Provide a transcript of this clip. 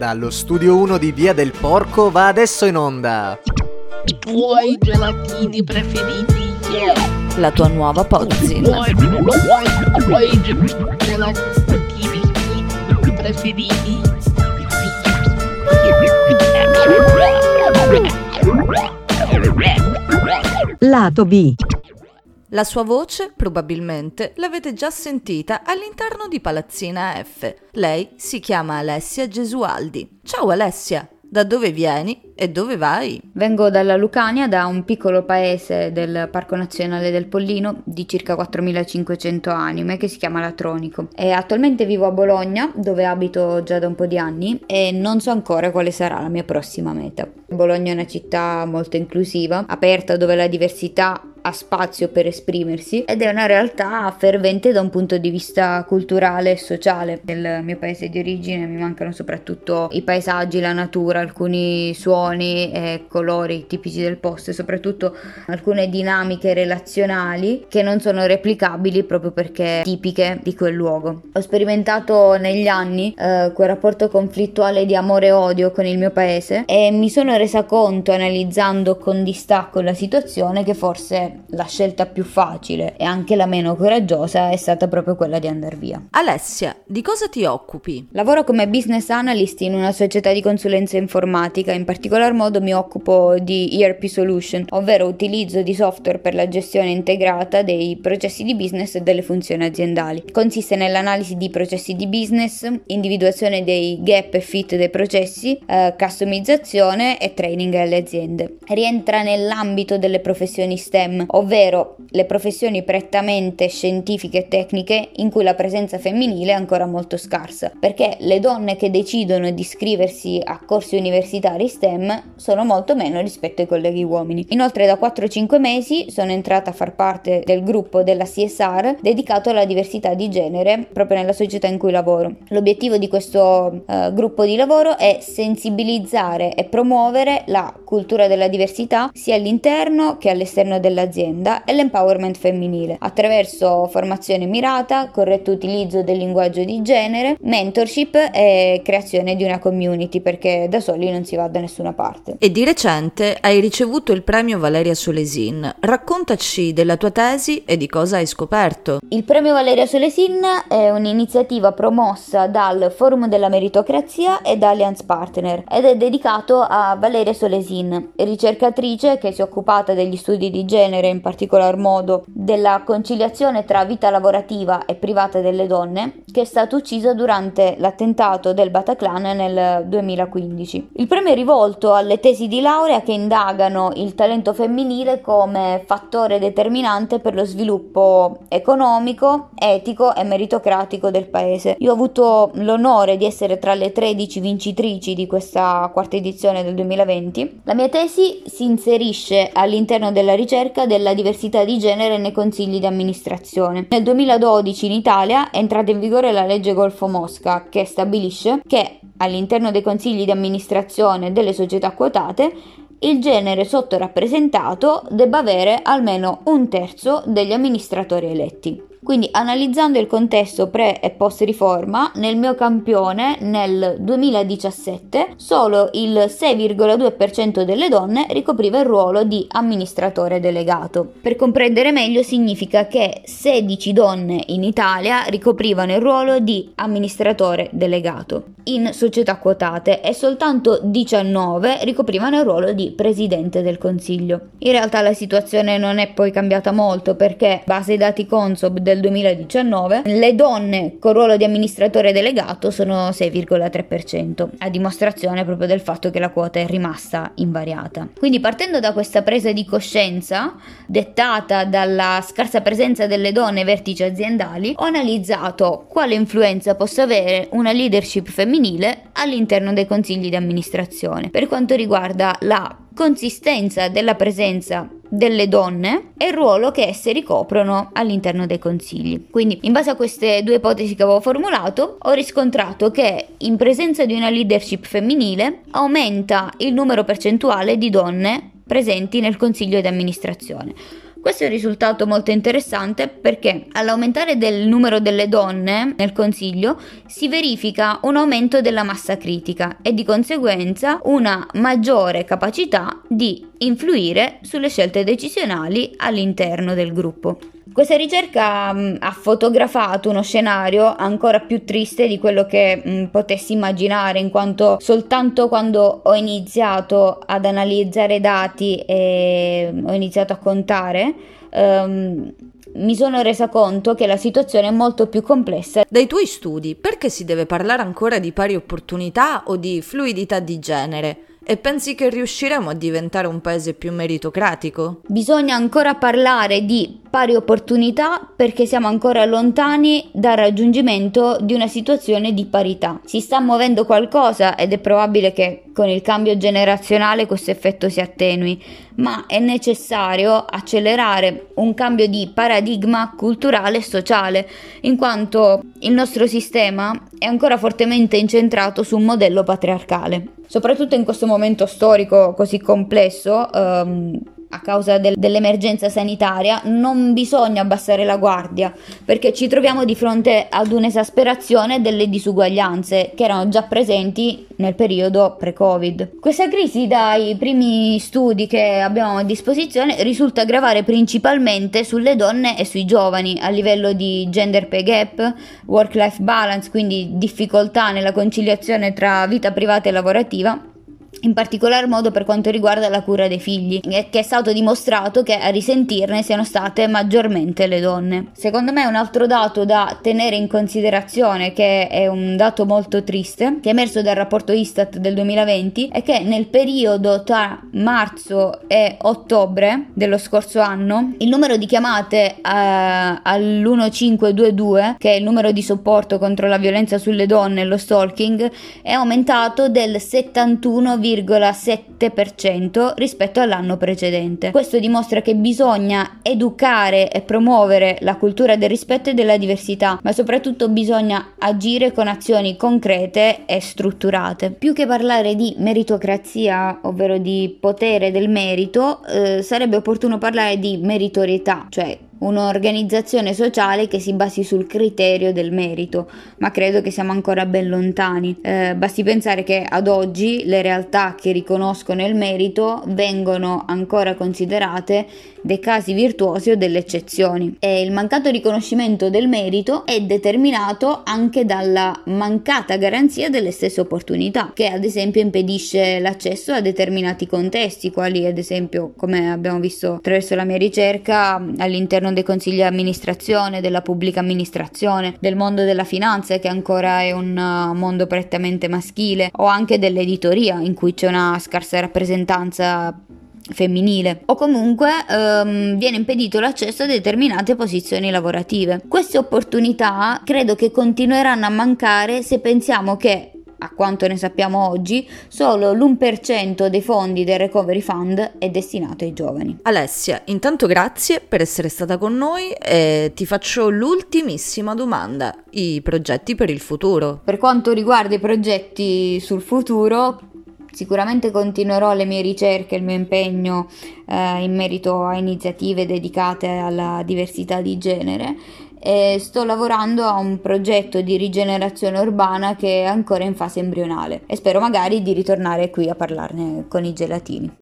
Dallo studio 1 di Via del Porco va adesso in onda I tuoi gelatini preferiti. La tua nuova Podzin. I tuoi gelatini preferiti. Lato B. La sua voce, probabilmente, l'avete già sentita all'interno di Palazzina F. Lei si chiama Alessia Gesualdi. Ciao Alessia, da dove vieni e dove vai? Vengo dalla Lucania, da un piccolo paese del Parco Nazionale del Pollino di circa 4.500 anime che si chiama Latronico. E attualmente vivo a Bologna, dove abito già da un po' di anni e non so ancora quale sarà la mia prossima meta. Bologna è una città molto inclusiva, aperta, dove la diversità ha spazio per esprimersi ed è una realtà fervente da un punto di vista culturale e sociale. Nel mio paese di origine mi mancano soprattutto i paesaggi, la natura, alcuni suoni e colori tipici del posto e soprattutto alcune dinamiche relazionali che non sono replicabili proprio perché tipiche di quel luogo. Ho sperimentato negli anni quel rapporto conflittuale di amore e odio con il mio paese e mi sono resa conto, analizzando con distacco la situazione, che forse la scelta più facile e anche la meno coraggiosa è stata proprio quella di andare via. Alessia, di cosa ti occupi? Lavoro come business analyst in una società di consulenza informatica, in particolar modo mi occupo di ERP solution, ovvero utilizzo di software per la gestione integrata dei processi di business e delle funzioni aziendali. Consiste nell'analisi di processi di business, individuazione dei gap e fit dei processi, customizzazione e training alle aziende. Rientra nell'ambito delle professioni STEM, ovvero le professioni prettamente scientifiche e tecniche in cui la presenza femminile è ancora molto scarsa, perché le donne che decidono di iscriversi a corsi universitari STEM sono molto meno rispetto ai colleghi uomini. Inoltre da 4-5 mesi sono entrata a far parte del gruppo della CSR dedicato alla diversità di genere proprio nella società in cui lavoro. L'obiettivo di questo gruppo di lavoro è sensibilizzare e promuovere la cultura della diversità sia all'interno che all'esterno dell'azienda e l'empowerment femminile attraverso formazione mirata, corretto utilizzo del linguaggio di genere, mentorship e creazione di una community, perché da soli non si va da nessuna parte. E di recente hai ricevuto il premio Valeria Solesin. Raccontaci della tua tesi e di cosa hai scoperto. Il premio Valeria Solesin è un'iniziativa promossa dal Forum della Meritocrazia e da Allianz Partner ed è dedicato a Valeria Solesin, ricercatrice che si è occupata degli studi di genere, in particolar modo della conciliazione tra vita lavorativa e privata delle donne, che è stata uccisa durante l'attentato del Bataclan nel 2015. Il premio è rivolto alle tesi di laurea che indagano il talento femminile come fattore determinante per lo sviluppo economico, etico e meritocratico del paese. Io ho avuto l'onore di essere tra le 13 vincitrici di questa quarta edizione del 2020. La mia tesi si inserisce all'interno della ricerca della diversità di genere nei consigli di amministrazione. Nel 2012 in Italia è entrata in vigore la legge Golfo-Mosca, che stabilisce che all'interno dei consigli di amministrazione delle società quotate il genere sottorappresentato debba avere almeno 1/3 degli amministratori eletti. Quindi, analizzando il contesto pre e post riforma, nel mio campione nel 2017 solo il 6,2% delle donne ricopriva il ruolo di amministratore delegato. Per comprendere meglio, significa che 16 donne in Italia ricoprivano il ruolo di amministratore delegato in società quotate e soltanto 19 ricoprivano il ruolo di presidente del consiglio. In realtà la situazione non è poi cambiata molto, perché, base ai dati Consob del 2019, le donne con ruolo di amministratore delegato sono 6,3%, a dimostrazione proprio del fatto che la quota è rimasta invariata. Quindi, partendo da questa presa di coscienza dettata dalla scarsa presenza delle donne ai vertici aziendali, ho analizzato quale influenza possa avere una leadership femminile all'interno dei consigli di amministrazione per quanto riguarda la consistenza della presenza delle donne e il ruolo che esse ricoprono all'interno dei consigli. Quindi, in base a queste due ipotesi che avevo formulato, ho riscontrato che in presenza di una leadership femminile aumenta il numero percentuale di donne presenti nel consiglio di amministrazione. Questo è un risultato molto interessante perché all'aumentare del numero delle donne nel consiglio si verifica un aumento della massa critica e di conseguenza una maggiore capacità di influire sulle scelte decisionali all'interno del gruppo. Questa ricerca ha fotografato uno scenario ancora più triste di quello che potessi immaginare, in quanto soltanto quando ho iniziato ad analizzare dati e ho iniziato a contare, mi sono resa conto che la situazione è molto più complessa. Dai tuoi studi, perché si deve parlare ancora di pari opportunità o di fluidità di genere? E pensi che riusciremo a diventare un paese più meritocratico? Bisogna ancora parlare di pari opportunità perché siamo ancora lontani dal raggiungimento di una situazione di parità. Si sta muovendo qualcosa ed è probabile che con il cambio generazionale questo effetto si attenui, ma è necessario accelerare un cambio di paradigma culturale e sociale, in quanto il nostro sistema è ancora fortemente incentrato su un modello patriarcale. Soprattutto in questo momento storico così complesso, a causa dell'emergenza sanitaria, non bisogna abbassare la guardia, perché ci troviamo di fronte ad un'esasperazione delle disuguaglianze che erano già presenti nel periodo pre-Covid. Questa crisi, dai primi studi che abbiamo a disposizione, risulta gravare principalmente sulle donne e sui giovani a livello di gender pay gap, work-life balance, quindi difficoltà nella conciliazione tra vita privata e lavorativa, in particolar modo per quanto riguarda la cura dei figli, che è stato dimostrato che a risentirne siano state maggiormente le donne. Secondo me un altro dato da tenere in considerazione, che è un dato molto triste, che è emerso dal rapporto Istat del 2020, è che nel periodo tra marzo e ottobre dello scorso anno il numero di chiamate all'1522, che è il numero di supporto contro la violenza sulle donne e lo stalking, è aumentato del 71,7% rispetto all'anno precedente. Questo dimostra che bisogna educare e promuovere la cultura del rispetto e della diversità, ma soprattutto bisogna agire con azioni concrete e strutturate. Più che parlare di meritocrazia, ovvero di potere del merito, sarebbe opportuno parlare di meritorietà, cioè un'organizzazione sociale che si basi sul criterio del merito, ma credo che siamo ancora ben lontani. Basti pensare che ad oggi le realtà che riconoscono il merito vengono ancora considerate dei casi virtuosi o delle eccezioni, e il mancato riconoscimento del merito è determinato anche dalla mancata garanzia delle stesse opportunità, che ad esempio impedisce l'accesso a determinati contesti, quali ad esempio, come abbiamo visto attraverso la mia ricerca, all'interno dei consigli di amministrazione, della pubblica amministrazione, del mondo della finanza, che ancora è un mondo prettamente maschile, o anche dell'editoria, in cui c'è una scarsa rappresentanza femminile, o comunque viene impedito l'accesso a determinate posizioni lavorative. Queste opportunità credo che continueranno a mancare se pensiamo che, a quanto ne sappiamo oggi, solo l'1% dei fondi del Recovery Fund è destinato ai giovani. Alessia, intanto grazie per essere stata con noi e ti faccio l'ultimissima domanda: i progetti per il futuro? Per quanto riguarda i progetti sul futuro, sicuramente continuerò le mie ricerche, il mio impegno in merito a iniziative dedicate alla diversità di genere, e sto lavorando a un progetto di rigenerazione urbana che è ancora in fase embrionale e spero magari di ritornare qui a parlarne con i gelatini.